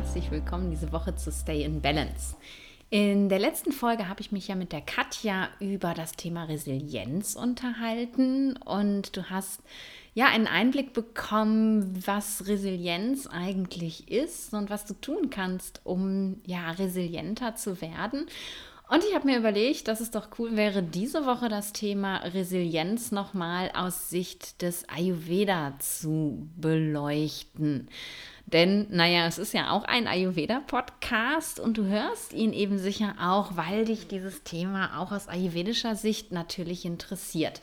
herzlich willkommen diese Woche zu Stay in Balance. In der letzten Folge habe ich mich ja mit der Katja über das Thema Resilienz unterhalten und du hast ja einen Einblick bekommen, was Resilienz eigentlich ist und was du tun kannst, um ja resilienter zu werden. Und ich habe mir überlegt, dass es doch cool wäre, diese Woche das Thema Resilienz nochmal aus Sicht des Ayurveda zu beleuchten. Denn, naja, es ist ja auch ein Ayurveda-Podcast und du hörst ihn eben sicher auch, weil dich dieses Thema auch aus ayurvedischer Sicht natürlich interessiert.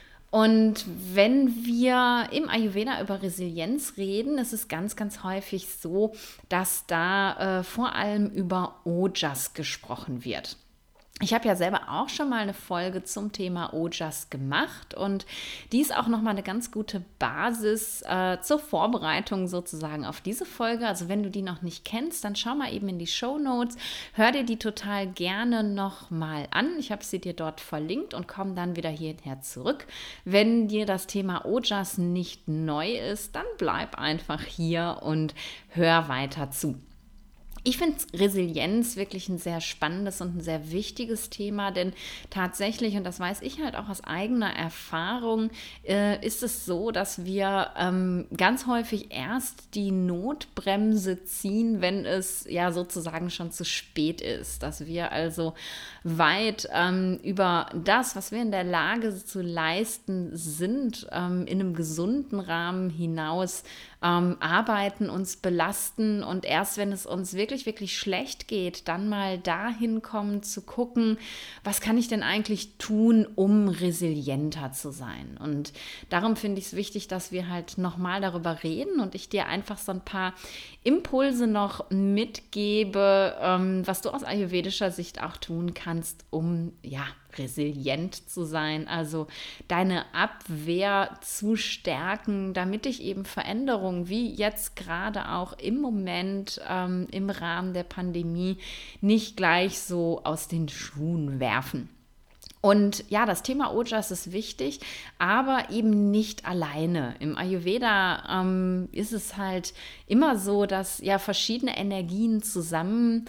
Und wenn wir im Ayurveda über Resilienz reden, ist es ganz, ganz häufig so, dass da vor allem über Ojas gesprochen wird. Ich habe ja selber auch schon mal eine Folge zum Thema Ojas gemacht und die ist auch nochmal eine ganz gute Basis zur Vorbereitung sozusagen auf diese Folge. Also wenn du die noch nicht kennst, dann schau mal eben in die Shownotes, hör dir die total gerne nochmal an. Ich habe sie dir dort verlinkt und komme dann wieder hierher zurück. Wenn dir das Thema Ojas nicht neu ist, dann bleib einfach hier und hör weiter zu. Ich finde Resilienz wirklich ein sehr spannendes und ein sehr wichtiges Thema, denn tatsächlich, und das weiß ich halt auch aus eigener Erfahrung, ist es so, dass wir ganz häufig erst die Notbremse ziehen, wenn es ja sozusagen schon zu spät ist. Dass wir also weit über das, was wir in der Lage zu leisten sind, in einem gesunden Rahmen hinaus arbeiten, uns belasten und erst wenn es uns wirklich, wirklich schlecht geht, dann mal dahin kommen zu gucken, was kann ich denn eigentlich tun, um resilienter zu sein. Und darum finde ich es wichtig, dass wir halt nochmal darüber reden und ich dir einfach so ein paar Impulse noch mitgebe, was du aus ayurvedischer Sicht auch tun kannst, um ja resilient zu sein, also deine Abwehr zu stärken, damit dich eben Veränderungen wie jetzt gerade auch im Moment im Rahmen der Pandemie nicht gleich so aus den Schuhen werfen. Und ja, das Thema Ojas ist wichtig, aber eben nicht alleine. Im Ayurveda ist es halt immer so, dass ja verschiedene Energien zusammenwirken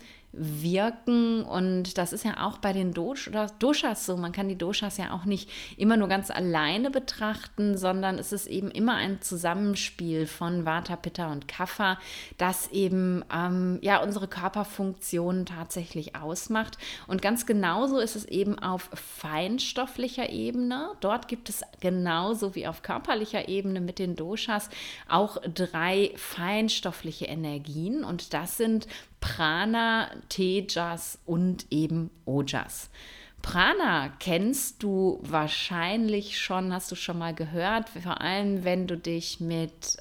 und das ist ja auch bei den Doshas so. Man kann die Doshas ja auch nicht immer nur ganz alleine betrachten, sondern es ist eben immer ein Zusammenspiel von Vata, Pitta und Kapha, das eben ja unsere Körperfunktion tatsächlich ausmacht. Und ganz genauso ist es eben auf feinstofflicher Ebene. Dort gibt es genauso wie auf körperlicher Ebene mit den Doshas auch 3 feinstoffliche Energien und das sind Prana, Tejas und eben Ojas. Prana kennst du wahrscheinlich schon, hast du schon mal gehört, vor allem wenn du dich mit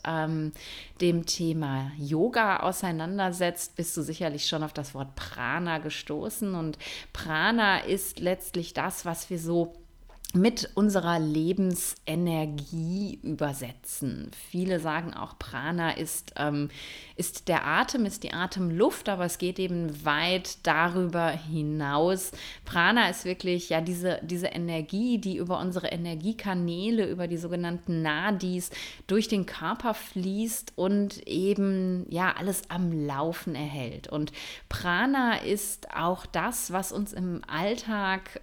dem Thema Yoga auseinandersetzt, bist du sicherlich schon auf das Wort Prana gestoßen und Prana ist letztlich das, was wir so mit unserer Lebensenergie übersetzen. Viele sagen auch, Prana ist der Atem, ist die Atemluft, aber es geht eben weit darüber hinaus. Prana ist wirklich ja diese Energie, die über unsere Energiekanäle, über die sogenannten Nadis durch den Körper fließt und eben ja alles am Laufen erhält. Und Prana ist auch das, was uns im Alltag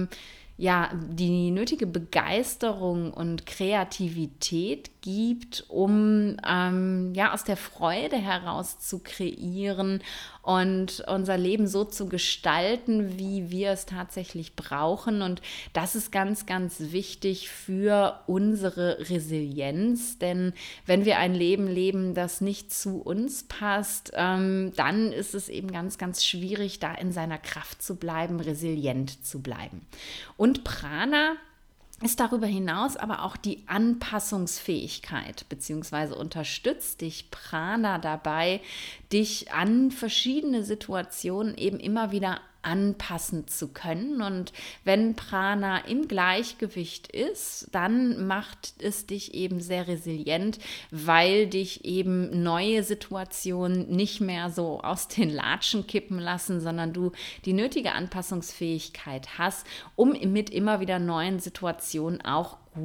ja, die nötige Begeisterung und Kreativität gibt, um ja, aus der Freude heraus zu kreieren und unser Leben so zu gestalten, wie wir es tatsächlich brauchen. Und das ist ganz, ganz wichtig für unsere Resilienz, denn wenn wir ein Leben leben, das nicht zu uns passt, dann ist es eben ganz, ganz schwierig, da in seiner Kraft zu bleiben, resilient zu bleiben. Und Prana ist darüber hinaus aber auch die Anpassungsfähigkeit, beziehungsweise unterstützt dich Prana dabei, dich an verschiedene Situationen eben immer wieder anpassen zu können. Und wenn Prana im Gleichgewicht ist, dann macht es dich eben sehr resilient, weil dich eben neue Situationen nicht mehr so aus den Latschen kippen lassen, sondern du die nötige Anpassungsfähigkeit hast, um mit immer wieder neuen Situationen auch gut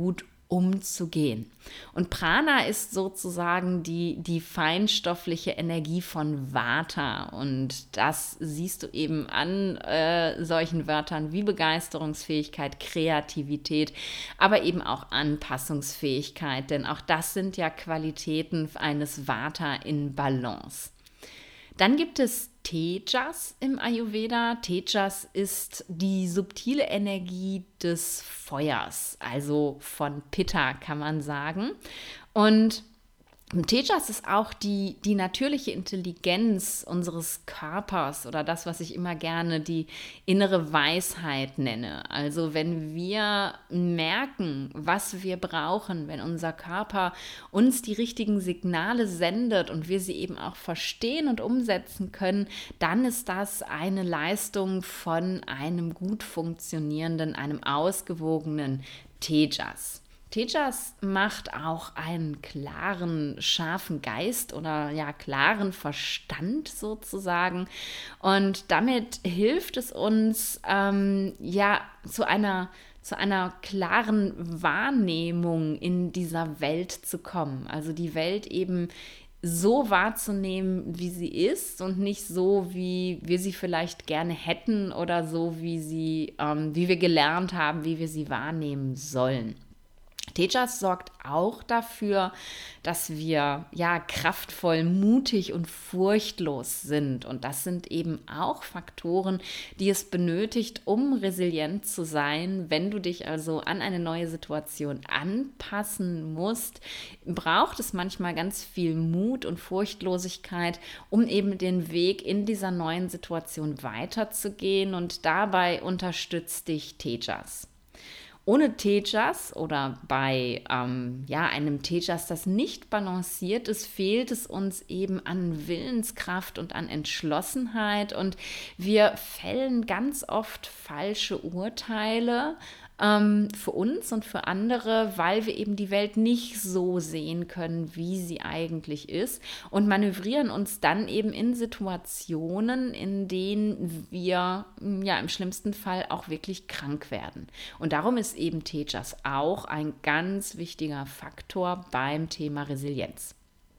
umzugehen. Und Prana ist sozusagen die feinstoffliche Energie von Vata. Und das siehst du eben an solchen Wörtern wie Begeisterungsfähigkeit, Kreativität, aber eben auch Anpassungsfähigkeit. Denn auch das sind ja Qualitäten eines Vata in Balance. Dann gibt es Tejas im Ayurveda. Tejas ist die subtile Energie des Feuers, also von Pitta kann man sagen. Und Tejas ist auch die natürliche Intelligenz unseres Körpers oder das, was ich immer gerne die innere Weisheit nenne. Also wenn wir merken, was wir brauchen, wenn unser Körper uns die richtigen Signale sendet und wir sie eben auch verstehen und umsetzen können, dann ist das eine Leistung von einem gut funktionierenden, einem ausgewogenen Tejas. Tejas macht auch einen klaren, scharfen Geist oder ja, klaren Verstand sozusagen. Und damit hilft es uns, zu einer klaren Wahrnehmung in dieser Welt zu kommen. Also die Welt eben so wahrzunehmen, wie sie ist und nicht so, wie wir sie vielleicht gerne hätten oder so, wie wir gelernt haben, wie wir sie wahrnehmen sollen. Tejas sorgt auch dafür, dass wir kraftvoll, mutig und furchtlos sind. Und das sind eben auch Faktoren, die es benötigt, um resilient zu sein. Wenn du dich also an eine neue Situation anpassen musst, braucht es manchmal ganz viel Mut und Furchtlosigkeit, um eben den Weg in dieser neuen Situation weiterzugehen. Und dabei unterstützt dich Tejas. Ohne Tejas oder bei einem Tejas, das nicht balanciert ist, fehlt es uns eben an Willenskraft und an Entschlossenheit und wir fällen ganz oft falsche Urteile für uns und für andere, weil wir eben die Welt nicht so sehen können, wie sie eigentlich ist und manövrieren uns dann eben in Situationen, in denen wir im schlimmsten Fall auch wirklich krank werden. Und darum ist eben Tejas auch ein ganz wichtiger Faktor beim Thema Resilienz.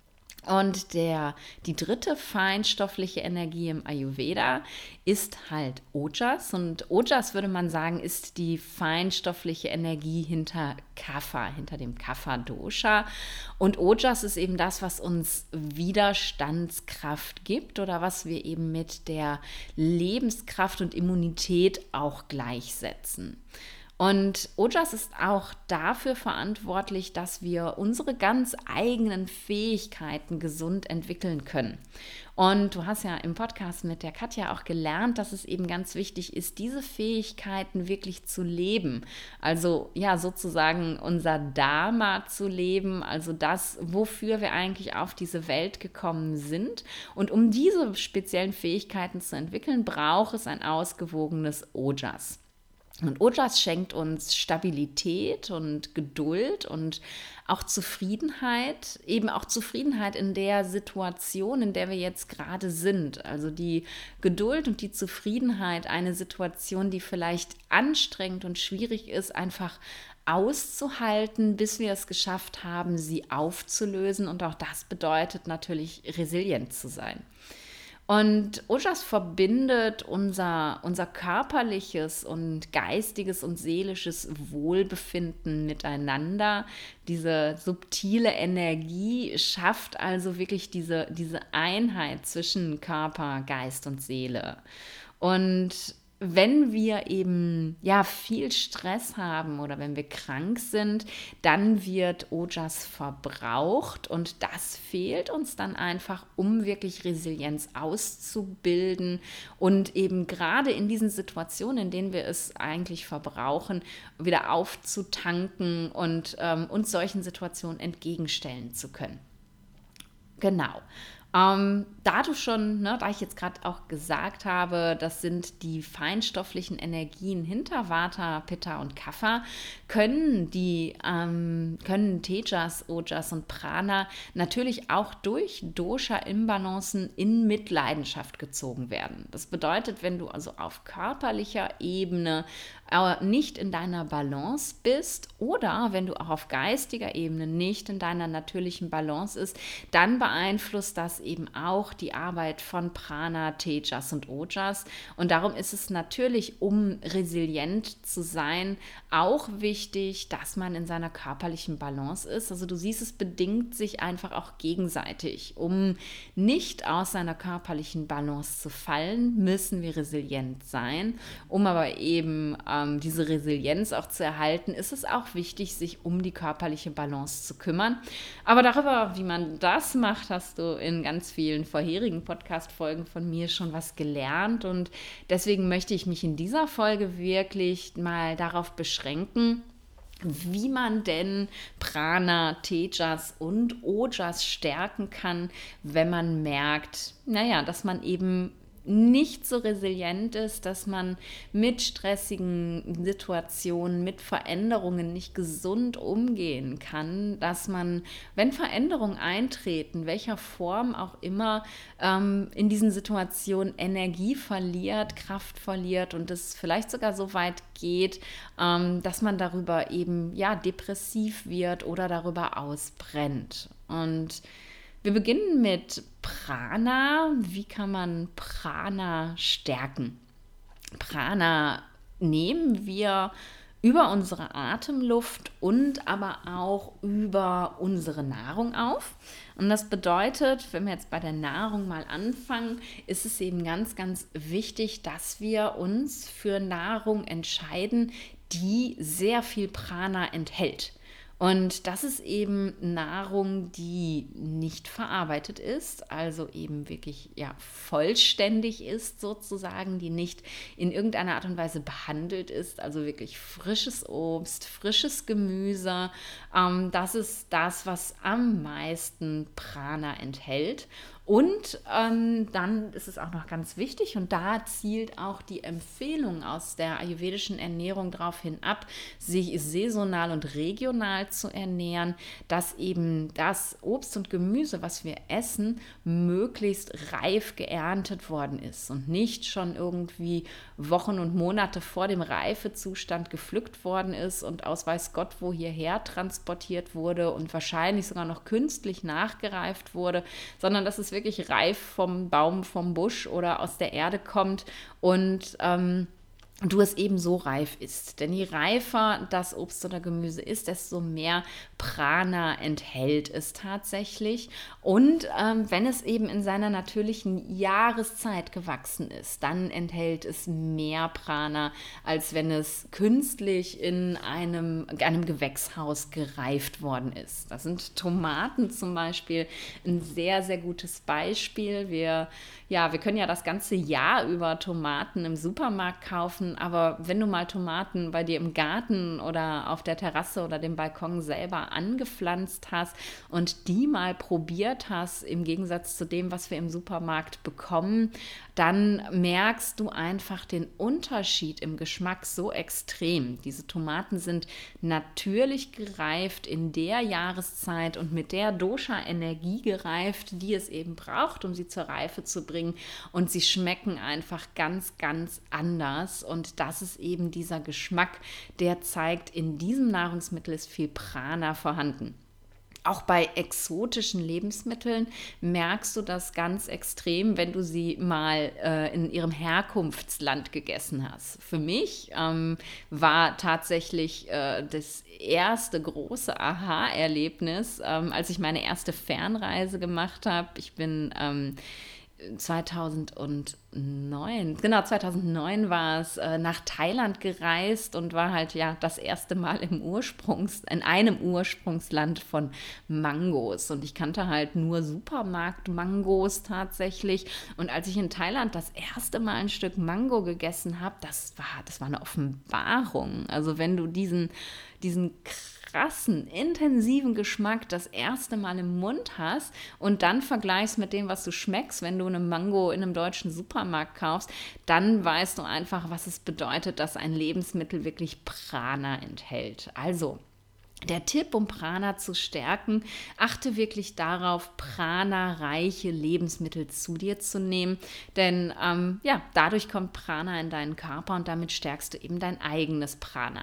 Und die dritte feinstoffliche Energie im Ayurveda ist halt Ojas. Und Ojas, würde man sagen, ist die feinstoffliche Energie hinter Kapha, hinter dem Kapha-Dosha. Und Ojas ist eben das, was uns Widerstandskraft gibt oder was wir eben mit der Lebenskraft und Immunität auch gleichsetzen. Und Ojas ist auch dafür verantwortlich, dass wir unsere ganz eigenen Fähigkeiten gesund entwickeln können. Und du hast ja im Podcast mit der Katja auch gelernt, dass es eben ganz wichtig ist, diese Fähigkeiten wirklich zu leben. Also ja, sozusagen unser Dharma zu leben, also das, wofür wir eigentlich auf diese Welt gekommen sind. Und um diese speziellen Fähigkeiten zu entwickeln, braucht es ein ausgewogenes Ojas. Und Ojas schenkt uns Stabilität und Geduld und auch Zufriedenheit, eben auch Zufriedenheit in der Situation, in der wir jetzt gerade sind. Also die Geduld und die Zufriedenheit, eine Situation, die vielleicht anstrengend und schwierig ist, einfach auszuhalten, bis wir es geschafft haben, sie aufzulösen. Und auch das bedeutet natürlich, resilient zu sein. Und Ojas verbindet unser körperliches und geistiges und seelisches Wohlbefinden miteinander. Diese subtile Energie schafft also wirklich diese Einheit zwischen Körper, Geist und Seele. Und wenn wir eben viel Stress haben oder wenn wir krank sind, dann wird Ojas verbraucht und das fehlt uns dann einfach, um wirklich Resilienz auszubilden und eben gerade in diesen Situationen, in denen wir es eigentlich verbrauchen, wieder aufzutanken und uns solchen Situationen entgegenstellen zu können. Genau. Da ich jetzt gerade auch gesagt habe, das sind die feinstofflichen Energien hinter Vata, Pitta und Kapha, können Tejas, Ojas und Prana natürlich auch durch Dosha-Imbalancen in Mitleidenschaft gezogen werden. Das bedeutet, wenn du also auf körperlicher Ebene nicht in deiner Balance bist oder wenn du auch auf geistiger Ebene nicht in deiner natürlichen Balance ist, dann beeinflusst das eben auch die Arbeit von Prana, Tejas und Ojas. Und darum ist es natürlich, um resilient zu sein, auch wichtig, dass man in seiner körperlichen Balance ist. Also du siehst, es bedingt sich einfach auch gegenseitig. Um nicht aus seiner körperlichen Balance zu fallen, müssen wir resilient sein. Um aber eben diese Resilienz auch zu erhalten, ist es auch wichtig, sich um die körperliche Balance zu kümmern. Aber darüber, wie man das macht, hast du in ganz vielen vorherigen Podcast-Folgen von mir schon was gelernt. Und deswegen möchte ich mich in dieser Folge wirklich mal darauf beschränken, wie man denn Prana, Tejas und Ojas stärken kann, wenn man merkt, dass man eben nicht so resilient ist, dass man mit stressigen Situationen, mit Veränderungen nicht gesund umgehen kann, dass man, wenn Veränderungen eintreten, welcher Form auch immer, in diesen Situationen Energie verliert, Kraft verliert und es vielleicht sogar so weit geht, dass man darüber eben depressiv wird oder darüber ausbrennt. Und wir beginnen mit Prana. Wie kann man Prana stärken? Prana nehmen wir über unsere Atemluft und aber auch über unsere Nahrung auf. Und das bedeutet, wenn wir jetzt bei der Nahrung mal anfangen, ist es eben ganz, ganz wichtig, dass wir uns für Nahrung entscheiden, die sehr viel Prana enthält. Und das ist eben Nahrung, die nicht verarbeitet ist, also eben wirklich vollständig ist sozusagen, die nicht in irgendeiner Art und Weise behandelt ist, also wirklich frisches Obst, frisches Gemüse. Das ist das, was am meisten Prana enthält. Und dann ist es auch noch ganz wichtig, und da zielt auch die Empfehlung aus der ayurvedischen Ernährung darauf hin ab, sich saisonal und regional zu ernähren, dass eben das Obst und Gemüse, was wir essen, möglichst reif geerntet worden ist und nicht schon irgendwie Wochen und Monate vor dem Reifezustand gepflückt worden ist und aus weiß Gott wo hierher transportiert wurde und wahrscheinlich sogar noch künstlich nachgereift wurde, sondern dass es wirklich reif vom Baum, vom Busch oder aus der Erde kommt und du es eben so reif isst. Denn je reifer das Obst oder Gemüse ist, desto mehr Prana enthält es tatsächlich. Und wenn es eben in seiner natürlichen Jahreszeit gewachsen ist, dann enthält es mehr Prana, als wenn es künstlich in einem Gewächshaus gereift worden ist. Das sind Tomaten zum Beispiel ein sehr, sehr gutes Beispiel. Wir können ja das ganze Jahr über Tomaten im Supermarkt kaufen, aber wenn du mal Tomaten bei dir im Garten oder auf der Terrasse oder dem Balkon selber angepflanzt hast und die mal probiert hast, im Gegensatz zu dem, was wir im Supermarkt bekommen, dann merkst du einfach den Unterschied im Geschmack so extrem. Diese Tomaten sind natürlich gereift in der Jahreszeit und mit der Dosha-Energie gereift, die es eben braucht, um sie zur Reife zu bringen. Und sie schmecken einfach ganz, ganz anders. Und das ist eben dieser Geschmack, der zeigt, in diesem Nahrungsmittel ist viel Prana vorhanden. Auch bei exotischen Lebensmitteln merkst du das ganz extrem, wenn du sie mal in ihrem Herkunftsland gegessen hast. Für mich war tatsächlich das erste große Aha-Erlebnis, als ich meine erste Fernreise gemacht habe. Ich bin 2009 war es, nach Thailand gereist und war halt das erste Mal in einem Ursprungsland von Mangos. Und ich kannte halt nur Supermarkt-Mangos tatsächlich. Und als ich in Thailand das erste Mal ein Stück Mango gegessen habe, das war eine Offenbarung. Also wenn du diesen krassen, intensiven Geschmack das erste Mal im Mund hast und dann vergleichst mit dem, was du schmeckst, wenn du eine Mango in einem deutschen Supermarkt kaufst, dann weißt du einfach, was es bedeutet, dass ein Lebensmittel wirklich Prana enthält. Also, der Tipp, um Prana zu stärken, achte wirklich darauf, prana-reiche Lebensmittel zu dir zu nehmen, denn dadurch kommt Prana in deinen Körper und damit stärkst du eben dein eigenes Prana.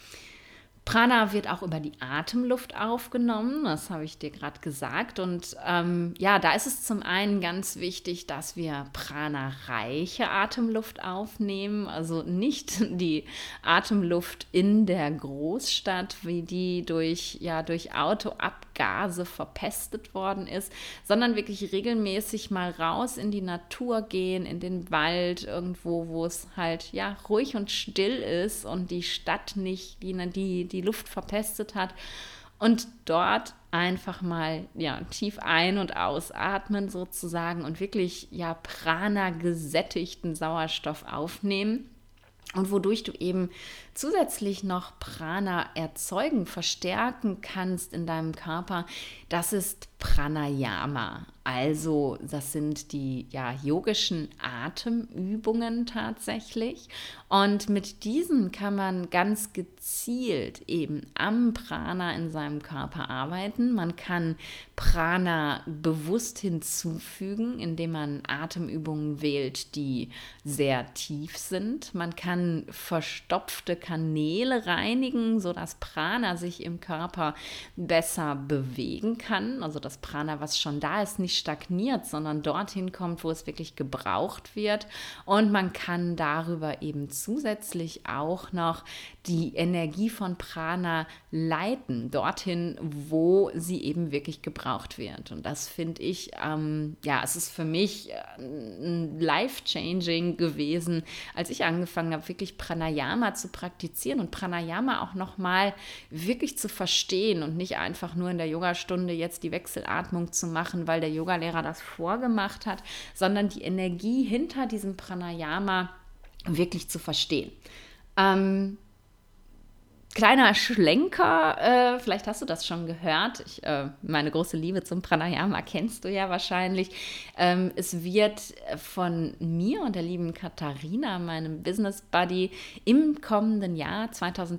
Prana wird auch über die Atemluft aufgenommen, das habe ich dir gerade gesagt. Und da ist es zum einen ganz wichtig, dass wir prana-reiche Atemluft aufnehmen, also nicht die Atemluft in der Großstadt, wie die durch Autoabgase verpestet worden ist, sondern wirklich regelmäßig mal raus in die Natur gehen, in den Wald, irgendwo, wo es halt ruhig und still ist und die Stadt nicht die Luft verpestet hat und dort einfach mal tief ein- und ausatmen sozusagen und wirklich Prana gesättigten Sauerstoff aufnehmen. Und wodurch du eben zusätzlich noch Prana erzeugen, verstärken kannst in deinem Körper, das ist Pranayama. Also das sind die yogischen Atemübungen tatsächlich. Und mit diesen kann man ganz gezielt eben am Prana in seinem Körper arbeiten. Man kann Prana bewusst hinzufügen, indem man Atemübungen wählt, die sehr tief sind. Man kann verstopfte Kanäle reinigen, sodass Prana sich im Körper besser bewegen kann. Also das Prana, was schon da ist, nicht stagniert, sondern dorthin kommt, wo es wirklich gebraucht wird. Und man kann darüber eben zusätzlich auch noch die Energie von Prana leiten, dorthin, wo sie eben wirklich gebraucht wird. Und das finde ich, es ist für mich life-changing gewesen, als ich angefangen habe, wirklich Pranayama zu praktizieren und Pranayama auch nochmal wirklich zu verstehen und nicht einfach nur in der Yogastunde jetzt die Wechselatmung zu machen, weil der Yogalehrer das vorgemacht hat, sondern die Energie hinter diesem Pranayama wirklich zu verstehen. Kleiner Schlenker, vielleicht hast du das schon gehört. Meine große Liebe zum Pranayama kennst du ja wahrscheinlich. Es wird von mir und der lieben Katharina, meinem Business Buddy, im kommenden Jahr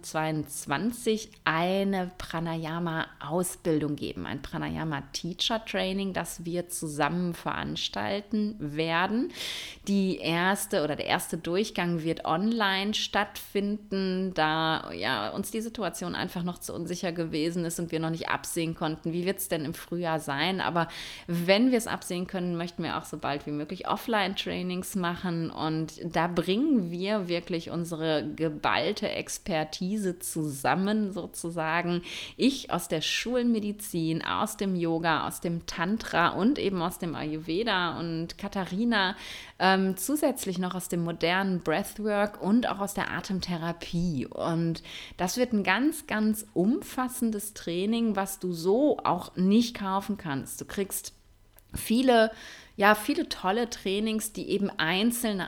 2022 eine Pranayama-Ausbildung geben, ein Pranayama-Teacher-Training, das wir zusammen veranstalten werden. Der erste Durchgang wird online stattfinden, da uns die Situation einfach noch zu unsicher gewesen ist und wir noch nicht absehen konnten, wie wird es denn im Frühjahr sein. Aber wenn wir es absehen können, möchten wir auch so bald wie möglich Offline-Trainings machen und da bringen wir wirklich unsere geballte Expertise zusammen sozusagen. Ich aus der Schulmedizin, aus dem Yoga, aus dem Tantra und eben aus dem Ayurveda und Katharina zusätzlich noch aus dem modernen Breathwork und auch aus der Atemtherapie. Und das wird ein ganz, ganz umfassendes Training, was du so auch nicht kaufen kannst. Du kriegst viele tolle Trainings, die eben einzelne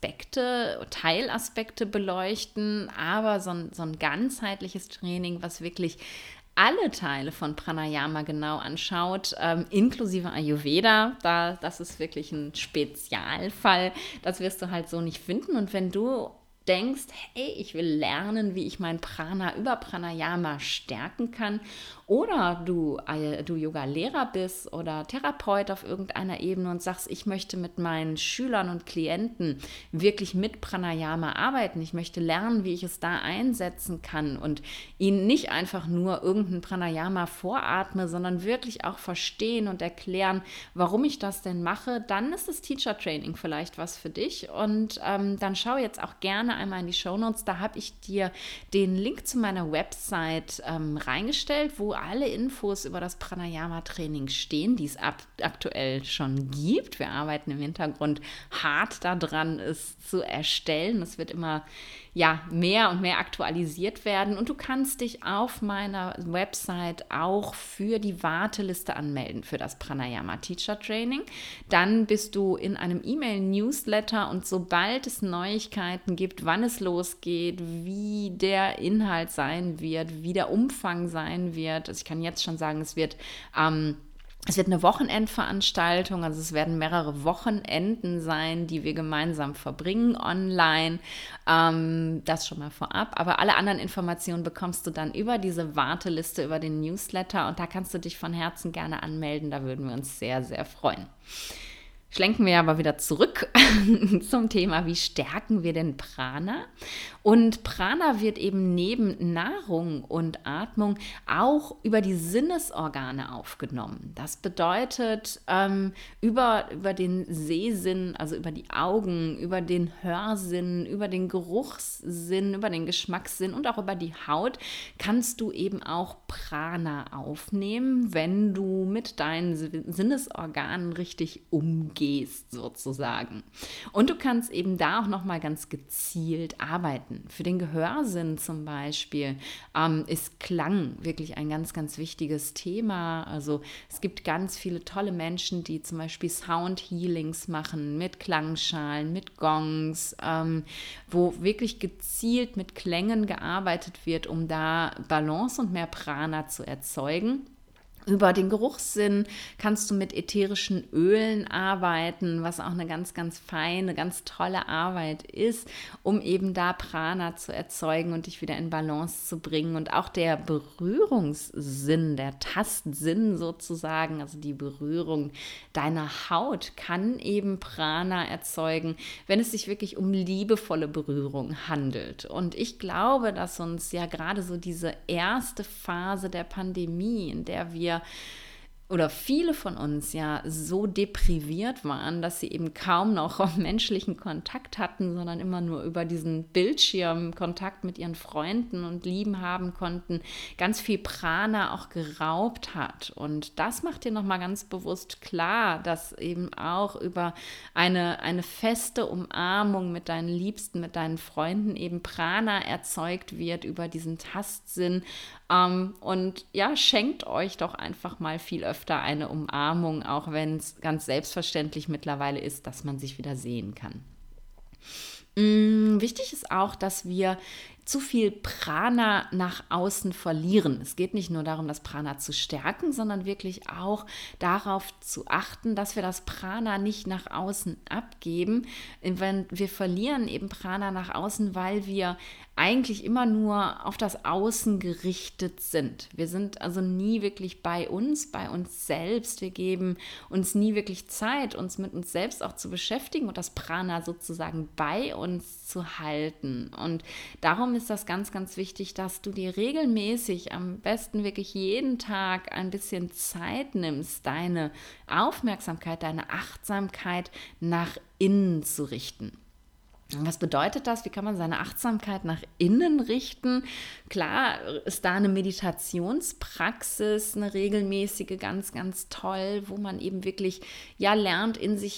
Teilaspekte beleuchten, aber so ein ganzheitliches Training, was wirklich alle Teile von Pranayama genau anschaut, inklusive Ayurveda. Das ist wirklich ein Spezialfall. Das wirst du halt so nicht finden. Und wenn du denkst, hey, ich will lernen, wie ich mein Prana über Pranayama stärken kann, oder du Yoga-Lehrer bist oder Therapeut auf irgendeiner Ebene und sagst, ich möchte mit meinen Schülern und Klienten wirklich mit Pranayama arbeiten, ich möchte lernen, wie ich es da einsetzen kann und ihnen nicht einfach nur irgendein Pranayama voratme, sondern wirklich auch verstehen und erklären, warum ich das denn mache, dann ist das Teacher Training vielleicht was für dich. Und dann schau jetzt auch gerne einmal in die Shownotes, da habe ich dir den Link zu meiner Website reingestellt, wo alle Infos über das Pranayama-Training stehen, die es aktuell schon gibt. Wir arbeiten im Hintergrund hart daran, es zu erstellen. Es wird immer mehr und mehr aktualisiert werden und du kannst dich auf meiner Website auch für die Warteliste anmelden für das Pranayama Teacher Training. Dann bist du in einem E-Mail-Newsletter und sobald es Neuigkeiten gibt, losgeht, wann es losgeht, wie der Inhalt sein wird, wie der Umfang sein wird. Also ich kann jetzt schon sagen, es wird eine Wochenendveranstaltung, also es werden mehrere Wochenenden sein, die wir gemeinsam verbringen online. Das schon mal vorab. Aber alle anderen Informationen bekommst du dann über diese Warteliste, über den Newsletter und da kannst du dich von Herzen gerne anmelden. Da würden wir uns sehr, sehr freuen. Schlenken wir aber wieder zurück zum Thema, wie stärken wir denn Prana? Und Prana wird eben neben Nahrung und Atmung auch über die Sinnesorgane aufgenommen. Das bedeutet, über den Sehsinn, also über die Augen, über den Hörsinn, über den Geruchssinn, über den Geschmackssinn und auch über die Haut kannst du eben auch Prana aufnehmen, wenn du mit deinen Sinnesorganen richtig umgehst sozusagen. Und du kannst eben da auch nochmal ganz gezielt arbeiten. Für den Gehörsinn zum Beispiel ist Klang wirklich ein ganz, ganz wichtiges Thema. Also es gibt ganz viele tolle Menschen, die zum Beispiel Sound Healings machen mit Klangschalen, mit Gongs, wo wirklich gezielt mit Klängen gearbeitet wird, um da Balance und mehr Prana zu erzeugen. Über den Geruchssinn kannst du mit ätherischen Ölen arbeiten, was auch eine ganz, ganz feine, ganz tolle Arbeit ist, um eben da Prana zu erzeugen und dich wieder in Balance zu bringen. Und auch der Berührungssinn, der Tastsinn sozusagen, also die Berührung deiner Haut, kann eben Prana erzeugen, wenn es sich wirklich um liebevolle Berührung handelt. Und ich glaube, dass uns ja gerade so diese erste Phase der Pandemie, in der wir oder viele von uns ja so depriviert waren, dass sie eben kaum noch menschlichen Kontakt hatten, sondern immer nur über diesen Bildschirm Kontakt mit ihren Freunden und Lieben haben konnten, ganz viel Prana auch geraubt hat. Und das macht dir nochmal ganz bewusst klar, dass eben auch über eine feste Umarmung mit deinen Liebsten, mit deinen Freunden eben Prana erzeugt wird über diesen Tastsinn. Und ja, schenkt euch doch einfach mal viel öfter eine Umarmung, auch wenn es ganz selbstverständlich mittlerweile ist, dass man sich wieder sehen kann. Wichtig ist auch, dass wir zu viel Prana nach außen verlieren. Es geht nicht nur darum, das Prana zu stärken, sondern wirklich auch darauf zu achten, dass wir das Prana nicht nach außen abgeben. Wenn wir verlieren eben Prana nach außen, weil wir eigentlich immer nur auf das Außen gerichtet sind. Wir sind also nie wirklich bei uns selbst. Wir geben uns nie wirklich Zeit, uns mit uns selbst auch zu beschäftigen und das Prana sozusagen bei uns zu halten. Und darum ist das ganz, ganz wichtig, dass du dir regelmäßig, am besten wirklich jeden Tag ein bisschen Zeit nimmst, deine Aufmerksamkeit, deine Achtsamkeit nach innen zu richten. Was bedeutet das? Wie kann man seine Achtsamkeit nach innen richten? Klar ist da eine Meditationspraxis, eine regelmäßige, ganz, ganz toll, wo man eben wirklich lernt, in sich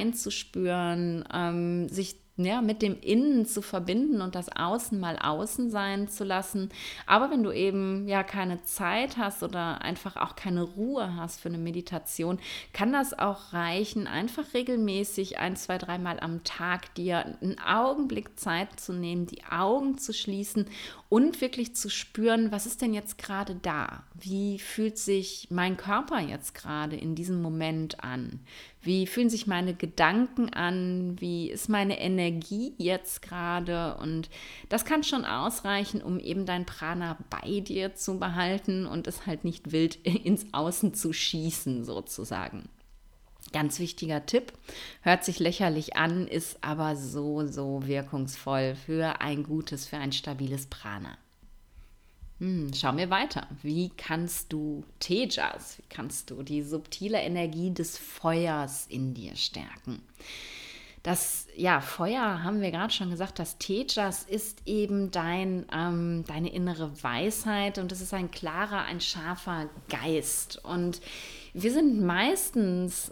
hineinzuspüren, sich mit dem Innen zu verbinden und das Außen mal außen sein zu lassen. Aber wenn du eben keine Zeit hast oder einfach auch keine Ruhe hast für eine Meditation, kann das auch reichen, einfach regelmäßig 1, 2, 3 Mal am Tag dir einen Augenblick Zeit zu nehmen, die Augen zu schließen und wirklich zu spüren, was ist denn jetzt gerade da? Wie fühlt sich mein Körper jetzt gerade in diesem Moment an? Wie fühlen sich meine Gedanken an? Wie ist meine Energie jetzt gerade? Und das kann schon ausreichen, um eben dein Prana bei dir zu behalten und es halt nicht wild ins Außen zu schießen sozusagen. Ganz wichtiger Tipp, hört sich lächerlich an, ist aber so, so wirkungsvoll für ein stabiles Prana. Schauen wir weiter. Wie kannst du Tejas, wie kannst du die subtile Energie des Feuers in dir stärken? Das Feuer, haben wir gerade schon gesagt, das Tejas ist eben deine innere Weisheit und es ist ein klarer, ein scharfer Geist. Und wir sind meistens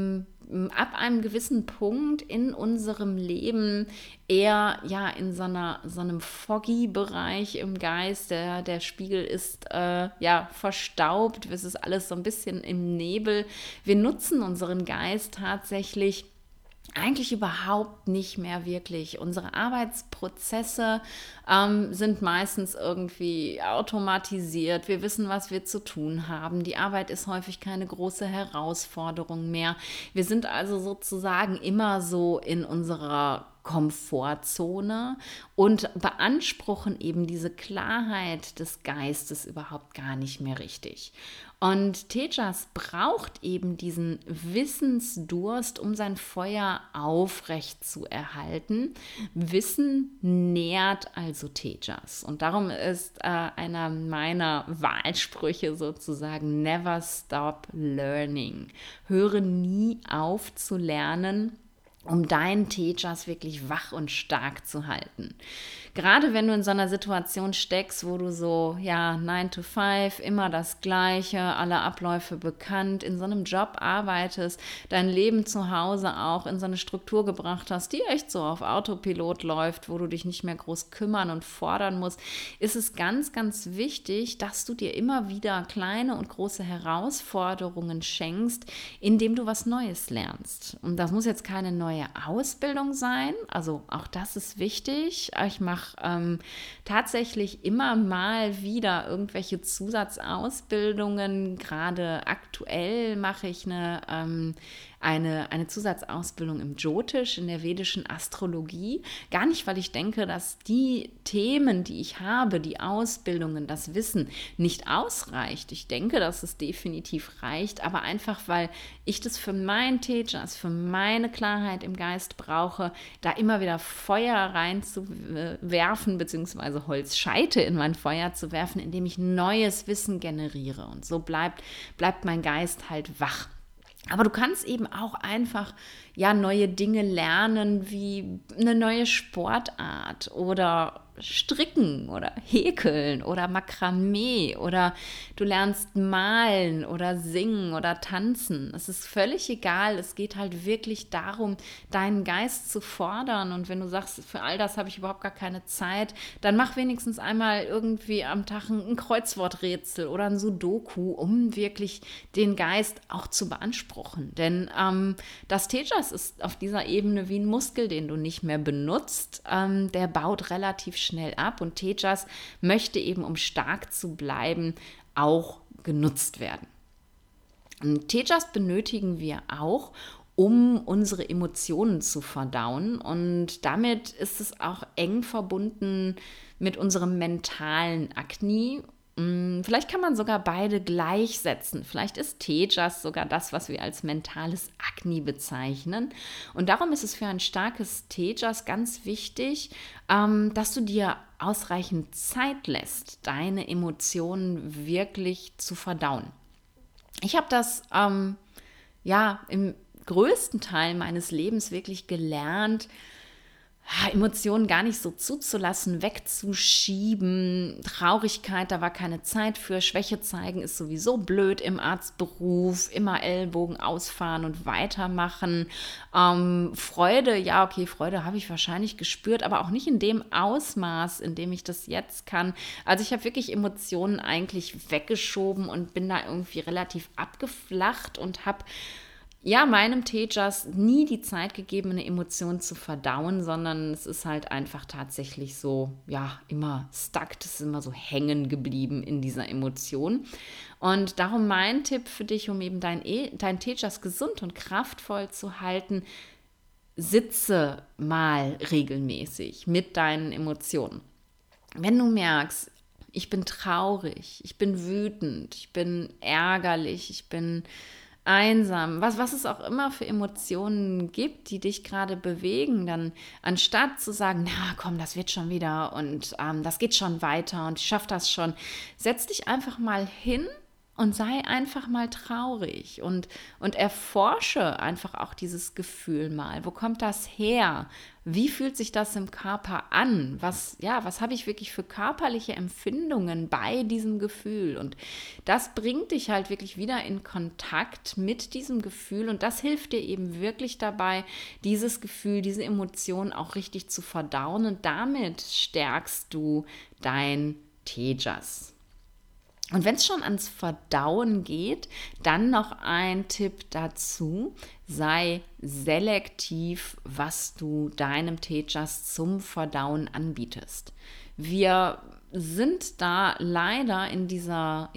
ab einem gewissen Punkt in unserem Leben eher in so einem Foggy-Bereich im Geist. Der Spiegel ist verstaubt, es ist alles so ein bisschen im Nebel. Wir nutzen unseren Geist tatsächlich eigentlich überhaupt nicht mehr wirklich. Unsere Arbeitsprozesse sind meistens irgendwie automatisiert. Wir wissen, was wir zu tun haben. Die Arbeit ist häufig keine große Herausforderung mehr. Wir sind also sozusagen immer so in unserer Komfortzone und beanspruchen eben diese Klarheit des Geistes überhaupt gar nicht mehr richtig. Und Tejas braucht eben diesen Wissensdurst, um sein Feuer aufrecht zu erhalten. Wissen nährt also Tejas. Und darum ist einer meiner Wahlsprüche sozusagen: Never stop learning. Höre nie auf zu lernen, um deinen Tejas wirklich wach und stark zu halten. Gerade wenn du in so einer Situation steckst, wo du so, 9 to 5, immer das Gleiche, alle Abläufe bekannt, in so einem Job arbeitest, dein Leben zu Hause auch in so eine Struktur gebracht hast, die echt so auf Autopilot läuft, wo du dich nicht mehr groß kümmern und fordern musst, ist es ganz, ganz wichtig, dass du dir immer wieder kleine und große Herausforderungen schenkst, indem du was Neues lernst. Und das muss jetzt keine neue Ausbildung sein, also auch das ist wichtig. Ich mache tatsächlich immer mal wieder irgendwelche Zusatzausbildungen. Gerade aktuell mache ich eine Zusatzausbildung im Jyotisch, in der vedischen Astrologie. Gar nicht, weil ich denke, dass die Themen, die ich habe, die Ausbildungen, das Wissen nicht ausreicht. Ich denke, dass es definitiv reicht, aber einfach, weil ich das für mein Tejas, für meine Klarheit im Geist brauche, da immer wieder Feuer reinzuwerfen, beziehungsweise Holzscheite in mein Feuer zu werfen, indem ich neues Wissen generiere. Und so bleibt mein Geist halt wach. Aber du kannst eben auch einfach neue Dinge lernen, wie eine neue Sportart oder Stricken oder Häkeln oder Makramee, oder du lernst malen oder singen oder tanzen. Es ist völlig egal. Es geht halt wirklich darum, deinen Geist zu fordern. Und wenn du sagst, für all das habe ich überhaupt gar keine Zeit, dann mach wenigstens einmal irgendwie am Tag ein Kreuzworträtsel oder ein Sudoku, um wirklich den Geist auch zu beanspruchen. Denn das Tejas ist auf dieser Ebene wie ein Muskel, den du nicht mehr benutzt. Der baut relativ schnell ab, und Tejas möchte eben, um stark zu bleiben, auch genutzt werden. Und Tejas benötigen wir auch, um unsere Emotionen zu verdauen, und damit ist es auch eng verbunden mit unserem mentalen Agni. Vielleicht kann man sogar beide gleichsetzen. Vielleicht ist Tejas sogar das, was wir als mentales Agni bezeichnen. Und darum ist es für ein starkes Tejas ganz wichtig, dass du dir ausreichend Zeit lässt, deine Emotionen wirklich zu verdauen. Ich habe das im größten Teil meines Lebens wirklich gelernt, Emotionen gar nicht so zuzulassen, wegzuschieben. Traurigkeit, da war keine Zeit für. Schwäche zeigen ist sowieso blöd im Arztberuf. Immer Ellbogen ausfahren und weitermachen. Freude, Freude habe ich wahrscheinlich gespürt, aber auch nicht in dem Ausmaß, in dem ich das jetzt kann. Also ich habe wirklich Emotionen eigentlich weggeschoben und bin da irgendwie relativ abgeflacht und habe meinem Tejas nie die Zeit gegeben, eine Emotion zu verdauen, sondern es ist halt einfach tatsächlich so, immer stuck, es ist immer so hängen geblieben in dieser Emotion. Und darum mein Tipp für dich, um eben dein Tejas gesund und kraftvoll zu halten: sitze mal regelmäßig mit deinen Emotionen. Wenn du merkst, ich bin traurig, ich bin wütend, ich bin ärgerlich, ich bin einsam, was es auch immer für Emotionen gibt, die dich gerade bewegen, dann anstatt zu sagen, na komm, das wird schon wieder und das geht schon weiter und ich schaffe das schon, setz dich einfach mal hin und sei einfach mal traurig und erforsche einfach auch dieses Gefühl mal. Wo kommt das her? Wie fühlt sich das im Körper an? Was habe ich wirklich für körperliche Empfindungen bei diesem Gefühl? Und das bringt dich halt wirklich wieder in Kontakt mit diesem Gefühl, und das hilft dir eben wirklich dabei, dieses Gefühl, diese Emotion auch richtig zu verdauen, und damit stärkst du dein Tejas. Und wenn es schon ans Verdauen geht, dann noch ein Tipp dazu: Sei selektiv, was du deinem Tejas zum Verdauen anbietest. Wir sind da leider in dieser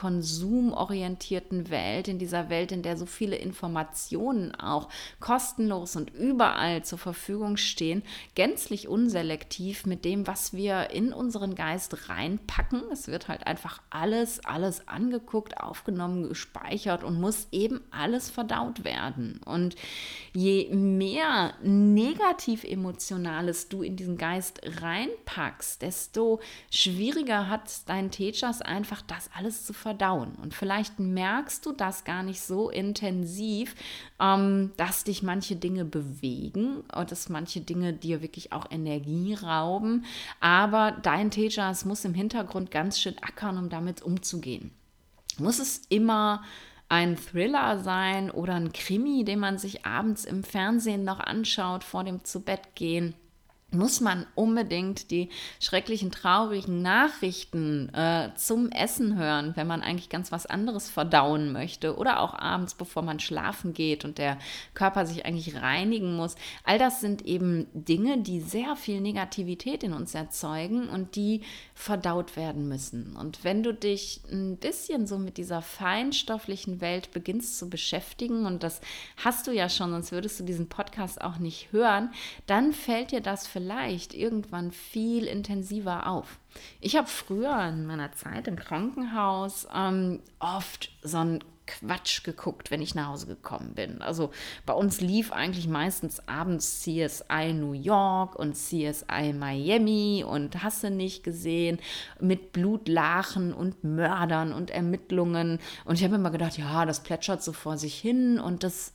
konsumorientierten Welt, in dieser Welt, in der so viele Informationen auch kostenlos und überall zur Verfügung stehen, gänzlich unselektiv mit dem, was wir in unseren Geist reinpacken. Es wird halt einfach alles angeguckt, aufgenommen, gespeichert und muss eben alles verdaut werden. Und je mehr Negativ-Emotionales du in diesen Geist reinpackst, desto schwieriger hat dein Tejas einfach, das alles zu verdauen. Und vielleicht merkst du das gar nicht so intensiv, dass dich manche Dinge bewegen und dass manche Dinge dir wirklich auch Energie rauben. Aber dein Tejas muss im Hintergrund ganz schön ackern, um damit umzugehen. Muss es immer ein Thriller sein oder ein Krimi, den man sich abends im Fernsehen noch anschaut vor dem Zubettgehen? Muss man unbedingt die schrecklichen, traurigen Nachrichten zum Essen hören, wenn man eigentlich ganz was anderes verdauen möchte, oder auch abends, bevor man schlafen geht und der Körper sich eigentlich reinigen muss? All das sind eben Dinge, die sehr viel Negativität in uns erzeugen und die verdaut werden müssen. Und wenn du dich ein bisschen so mit dieser feinstofflichen Welt beginnst zu beschäftigen, und das hast du ja schon, sonst würdest du diesen Podcast auch nicht hören, dann fällt dir das vielleicht irgendwann viel intensiver auf. Ich habe früher in meiner Zeit im Krankenhaus oft so ein Quatsch geguckt, wenn ich nach Hause gekommen bin. Also bei uns lief eigentlich meistens abends CSI New York und CSI Miami und hast du nicht gesehen, mit Blutlachen und Mördern und Ermittlungen. Und ich habe immer gedacht, ja, das plätschert so vor sich hin und das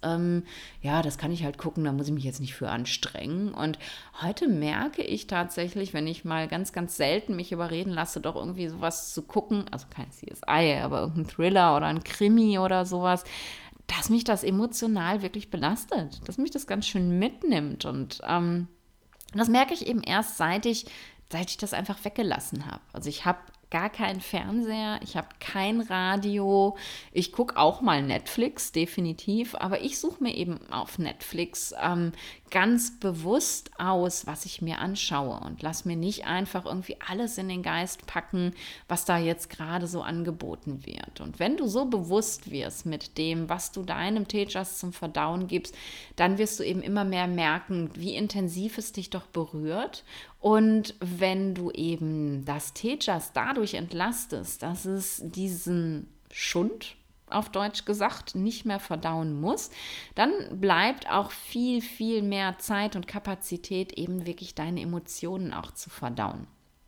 kann ich halt gucken, da muss ich mich jetzt nicht für anstrengen. Und heute merke ich tatsächlich, wenn ich mal ganz, ganz selten mich überreden lasse, doch irgendwie sowas zu gucken, also kein CSI, aber irgendein Thriller oder ein Krimi oder sowas, dass mich das emotional wirklich belastet, dass mich das ganz schön mitnimmt. Und das merke ich eben erst, seit ich das einfach weggelassen habe. Also ich habe gar keinen Fernseher, ich habe kein Radio, ich gucke auch mal Netflix, definitiv, aber ich suche mir eben auf Netflix ganz bewusst aus, was ich mir anschaue, und lass mir nicht einfach irgendwie alles in den Geist packen, was da jetzt gerade so angeboten wird. Und wenn du so bewusst wirst mit dem, was du deinem Tejas zum Verdauen gibst, dann wirst du eben immer mehr merken, wie intensiv es dich doch berührt. Und wenn du eben das Tejas dadurch entlastest, dass es diesen Schund, auf Deutsch gesagt, nicht mehr verdauen muss, dann bleibt auch viel, viel mehr Zeit und Kapazität, eben wirklich deine Emotionen auch zu verdauen.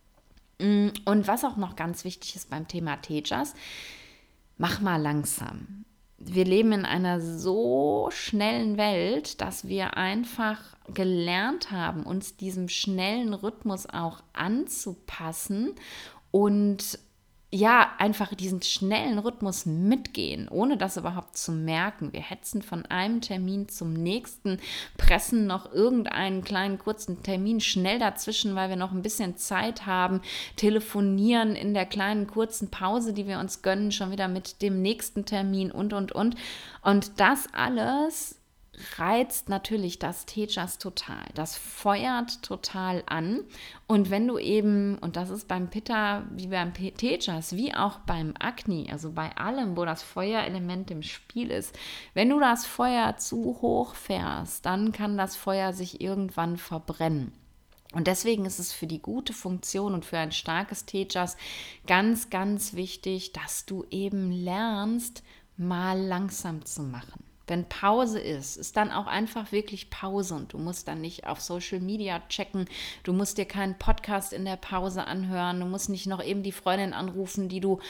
Und was auch noch ganz wichtig ist beim Thema Tejas: mach mal langsam. Wir leben in einer so schnellen Welt, dass wir einfach gelernt haben, uns diesem schnellen Rhythmus auch anzupassen und einfach diesen schnellen Rhythmus mitgehen, ohne das überhaupt zu merken. Wir hetzen von einem Termin zum nächsten, pressen noch irgendeinen kleinen kurzen Termin schnell dazwischen, weil wir noch ein bisschen Zeit haben, telefonieren in der kleinen kurzen Pause, die wir uns gönnen, schon wieder mit dem nächsten Termin und. Und das alles reizt natürlich das Tejas total. Das feuert total an. Und wenn du eben, und das ist beim Pitta wie beim Tejas, wie auch beim Agni, also bei allem, wo das Feuerelement im Spiel ist, wenn du das Feuer zu hoch fährst, dann kann das Feuer sich irgendwann verbrennen. Und deswegen ist es für die gute Funktion und für ein starkes Tejas ganz, ganz wichtig, dass du eben lernst, mal langsam zu machen. Wenn Pause ist dann auch einfach wirklich Pause, und du musst dann nicht auf Social Media checken, du musst dir keinen Podcast in der Pause anhören, du musst nicht noch eben die Freundin anrufen, die du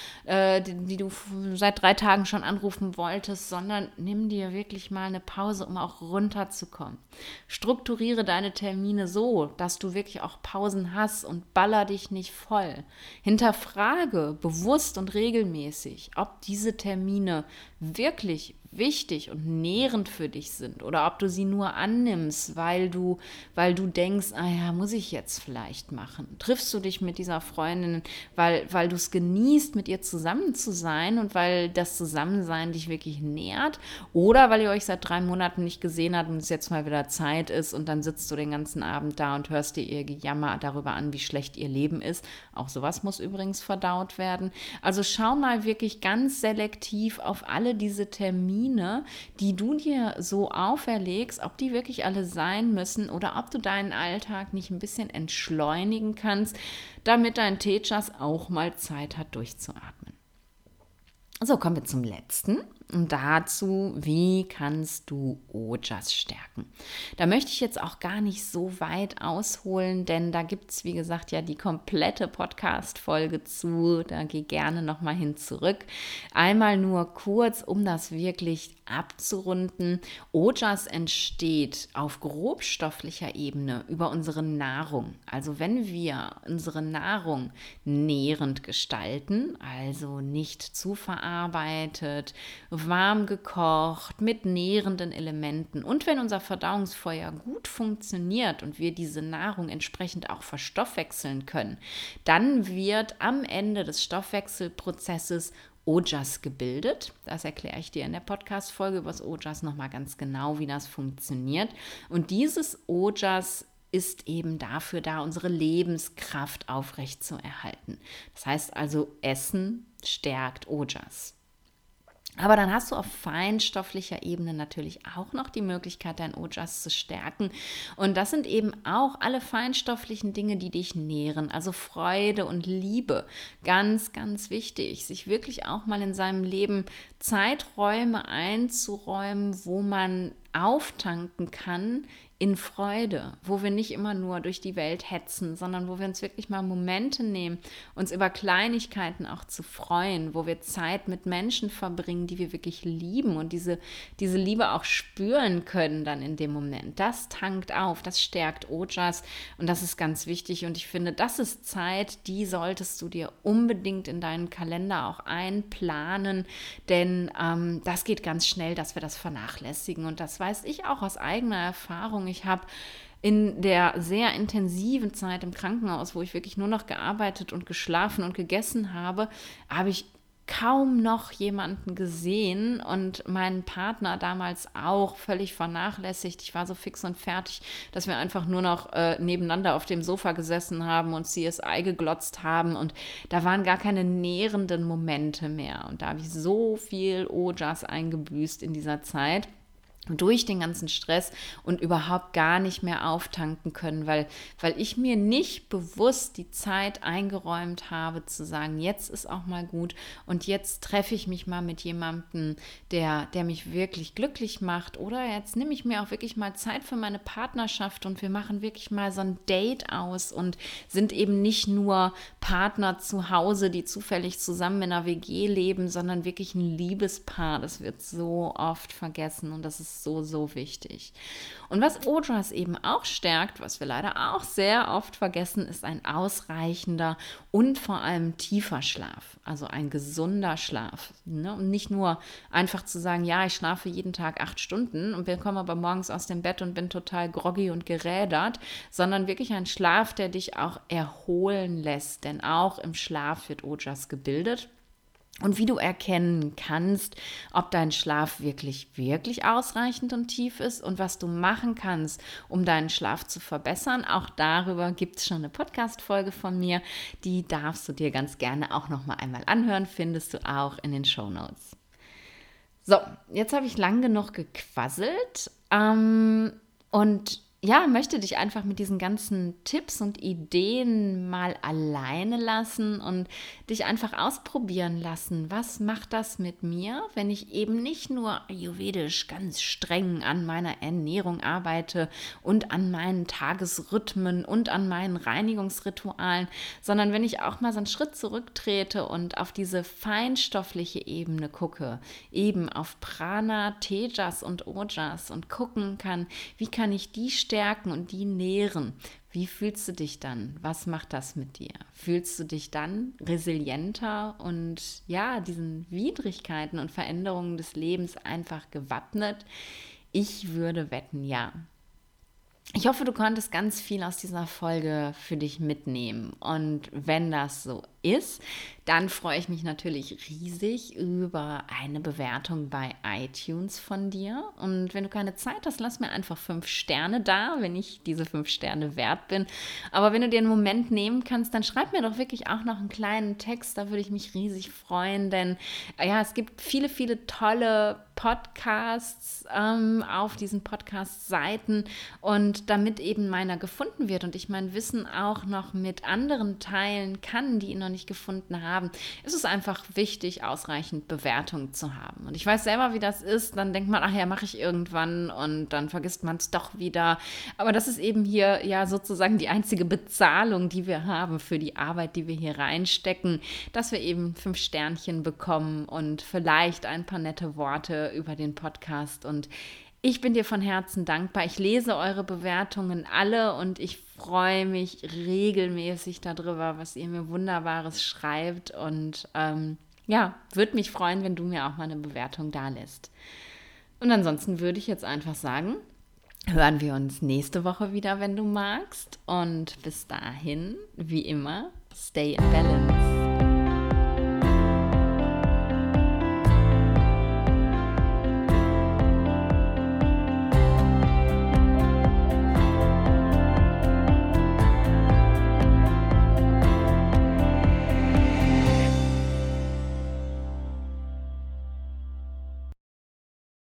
seit 3 Tagen schon anrufen wolltest, sondern nimm dir wirklich mal eine Pause, um auch runterzukommen. Strukturiere deine Termine so, dass du wirklich auch Pausen hast, und baller dich nicht voll. Hinterfrage bewusst und regelmäßig, ob diese Termine wirklich wichtig und nährend für dich sind oder ob du sie nur annimmst, weil du denkst, muss ich jetzt vielleicht machen. Triffst du dich mit dieser Freundin, weil du es genießt, mit ihr zusammen zu sein und weil das Zusammensein dich wirklich nährt, oder weil ihr euch seit 3 Monaten nicht gesehen habt und es jetzt mal wieder Zeit ist und dann sitzt du den ganzen Abend da und hörst dir ihr Gejammer darüber an, wie schlecht ihr Leben ist. Auch sowas muss übrigens verdaut werden. Also schau mal wirklich ganz selektiv auf alle diese Termine, die du dir so auferlegst, ob die wirklich alle sein müssen oder ob du deinen Alltag nicht ein bisschen entschleunigen kannst, damit dein Tejas auch mal Zeit hat, durchzuatmen. So, kommen wir zum letzten. Und dazu, wie kannst du Ojas stärken? Da möchte ich jetzt auch gar nicht so weit ausholen, denn da gibt es, wie gesagt, ja die komplette Podcast-Folge zu. Da geh gerne nochmal hin zurück. Einmal nur kurz, um das wirklich abzurunden. Ojas entsteht auf grobstofflicher Ebene über unsere Nahrung. Also wenn wir unsere Nahrung nährend gestalten, also nicht zu verarbeitet, warm gekocht, mit nährenden Elementen, und wenn unser Verdauungsfeuer gut funktioniert und wir diese Nahrung entsprechend auch verstoffwechseln können, dann wird am Ende des Stoffwechselprozesses Ojas gebildet. Das erkläre ich dir in der Podcast-Folge über das Ojas nochmal ganz genau, wie das funktioniert. Und dieses Ojas ist eben dafür da, unsere Lebenskraft aufrechtzuerhalten. Das heißt also, Essen stärkt Ojas. Aber dann hast du auf feinstofflicher Ebene natürlich auch noch die Möglichkeit, dein Ojas zu stärken. Und das sind eben auch alle feinstofflichen Dinge, die dich nähren. Also Freude und Liebe. Ganz, ganz wichtig, sich wirklich auch mal in seinem Leben Zeiträume einzuräumen, wo man auftanken kann in Freude, wo wir nicht immer nur durch die Welt hetzen, sondern wo wir uns wirklich mal Momente nehmen, uns über Kleinigkeiten auch zu freuen, wo wir Zeit mit Menschen verbringen, die wir wirklich lieben und diese Liebe auch spüren können dann in dem Moment. Das tankt auf, das stärkt Ojas und das ist ganz wichtig, und ich finde, das ist Zeit, die solltest du dir unbedingt in deinen Kalender auch einplanen, denn das geht ganz schnell, dass wir das vernachlässigen, und das weiß ich auch aus eigener Erfahrung. Ich habe in der sehr intensiven Zeit im Krankenhaus, wo ich wirklich nur noch gearbeitet und geschlafen und gegessen habe, habe ich kaum noch jemanden gesehen und meinen Partner damals auch völlig vernachlässigt. Ich war so fix und fertig, dass wir einfach nur noch nebeneinander auf dem Sofa gesessen haben und CSI geglotzt haben, und da waren gar keine nährenden Momente mehr, und da habe ich so viel Ojas eingebüßt in dieser Zeit durch den ganzen Stress und überhaupt gar nicht mehr auftanken können, weil ich mir nicht bewusst die Zeit eingeräumt habe, zu sagen, jetzt ist auch mal gut und jetzt treffe ich mich mal mit jemandem, der mich wirklich glücklich macht, oder jetzt nehme ich mir auch wirklich mal Zeit für meine Partnerschaft und wir machen wirklich mal so ein Date aus und sind eben nicht nur Partner zu Hause, die zufällig zusammen in einer WG leben, sondern wirklich ein Liebespaar. Das wird so oft vergessen und das ist so, so wichtig. Und was Ojas eben auch stärkt, was wir leider auch sehr oft vergessen, ist ein ausreichender und vor allem tiefer Schlaf, also ein gesunder Schlaf. Ne? Und nicht nur einfach zu sagen, ja, ich schlafe jeden Tag 8 Stunden und komme aber morgens aus dem Bett und bin total groggy und gerädert, sondern wirklich ein Schlaf, der dich auch erholen lässt, denn auch im Schlaf wird Ojas gebildet. Und wie du erkennen kannst, ob dein Schlaf wirklich, wirklich ausreichend und tief ist und was du machen kannst, um deinen Schlaf zu verbessern, auch darüber gibt es schon eine Podcast-Folge von mir. Die darfst du dir ganz gerne auch noch mal einmal anhören, findest du auch in den Shownotes. So, jetzt habe ich lang genug gequasselt und ja, möchte dich einfach mit diesen ganzen Tipps und Ideen mal alleine lassen und dich einfach ausprobieren lassen. Was macht das mit mir, wenn ich eben nicht nur ayurvedisch ganz streng an meiner Ernährung arbeite und an meinen Tagesrhythmen und an meinen Reinigungsritualen, sondern wenn ich auch mal so einen Schritt zurücktrete und auf diese feinstoffliche Ebene gucke, eben auf Prana, Tejas und Ojas, und gucken kann, wie kann ich die stärken und die nähren. wie fühlst du dich dann? Was macht das mit dir? Fühlst du dich dann resilienter und ja, diesen Widrigkeiten und Veränderungen des Lebens einfach gewappnet? Ich würde wetten, ja. Ich hoffe, du konntest ganz viel aus dieser Folge für dich mitnehmen. Und wenn das so ist, dann freue ich mich natürlich riesig über eine Bewertung bei iTunes von dir. Und wenn du keine Zeit hast, lass mir einfach 5 Sterne da, wenn ich diese 5 Sterne wert bin. Aber wenn du dir einen Moment nehmen kannst, dann schreib mir doch wirklich auch noch einen kleinen Text. Da würde ich mich riesig freuen, denn ja, es gibt viele, viele tolle Podcasts auf diesen Podcast-Seiten, und damit eben meiner gefunden wird und ich mein Wissen auch noch mit anderen teilen kann, die ihn noch nicht gefunden haben, ist es einfach wichtig, ausreichend Bewertungen zu haben. Und ich weiß selber, wie das ist. Dann denkt man, ach ja, mache ich irgendwann, und dann vergisst man es doch wieder. Aber das ist eben hier ja sozusagen die einzige Bezahlung, die wir haben für die Arbeit, die wir hier reinstecken, dass wir eben 5 Sternchen bekommen und vielleicht ein paar nette Worte über den Podcast. Und ich bin dir von Herzen dankbar. Ich lese eure Bewertungen alle und ich freue mich regelmäßig darüber, was ihr mir Wunderbares schreibt. Und ja, würde mich freuen, wenn du mir auch mal eine Bewertung da lässt. Und ansonsten würde ich jetzt einfach sagen, hören wir uns nächste Woche wieder, wenn du magst. Und bis dahin, wie immer, stay in balance.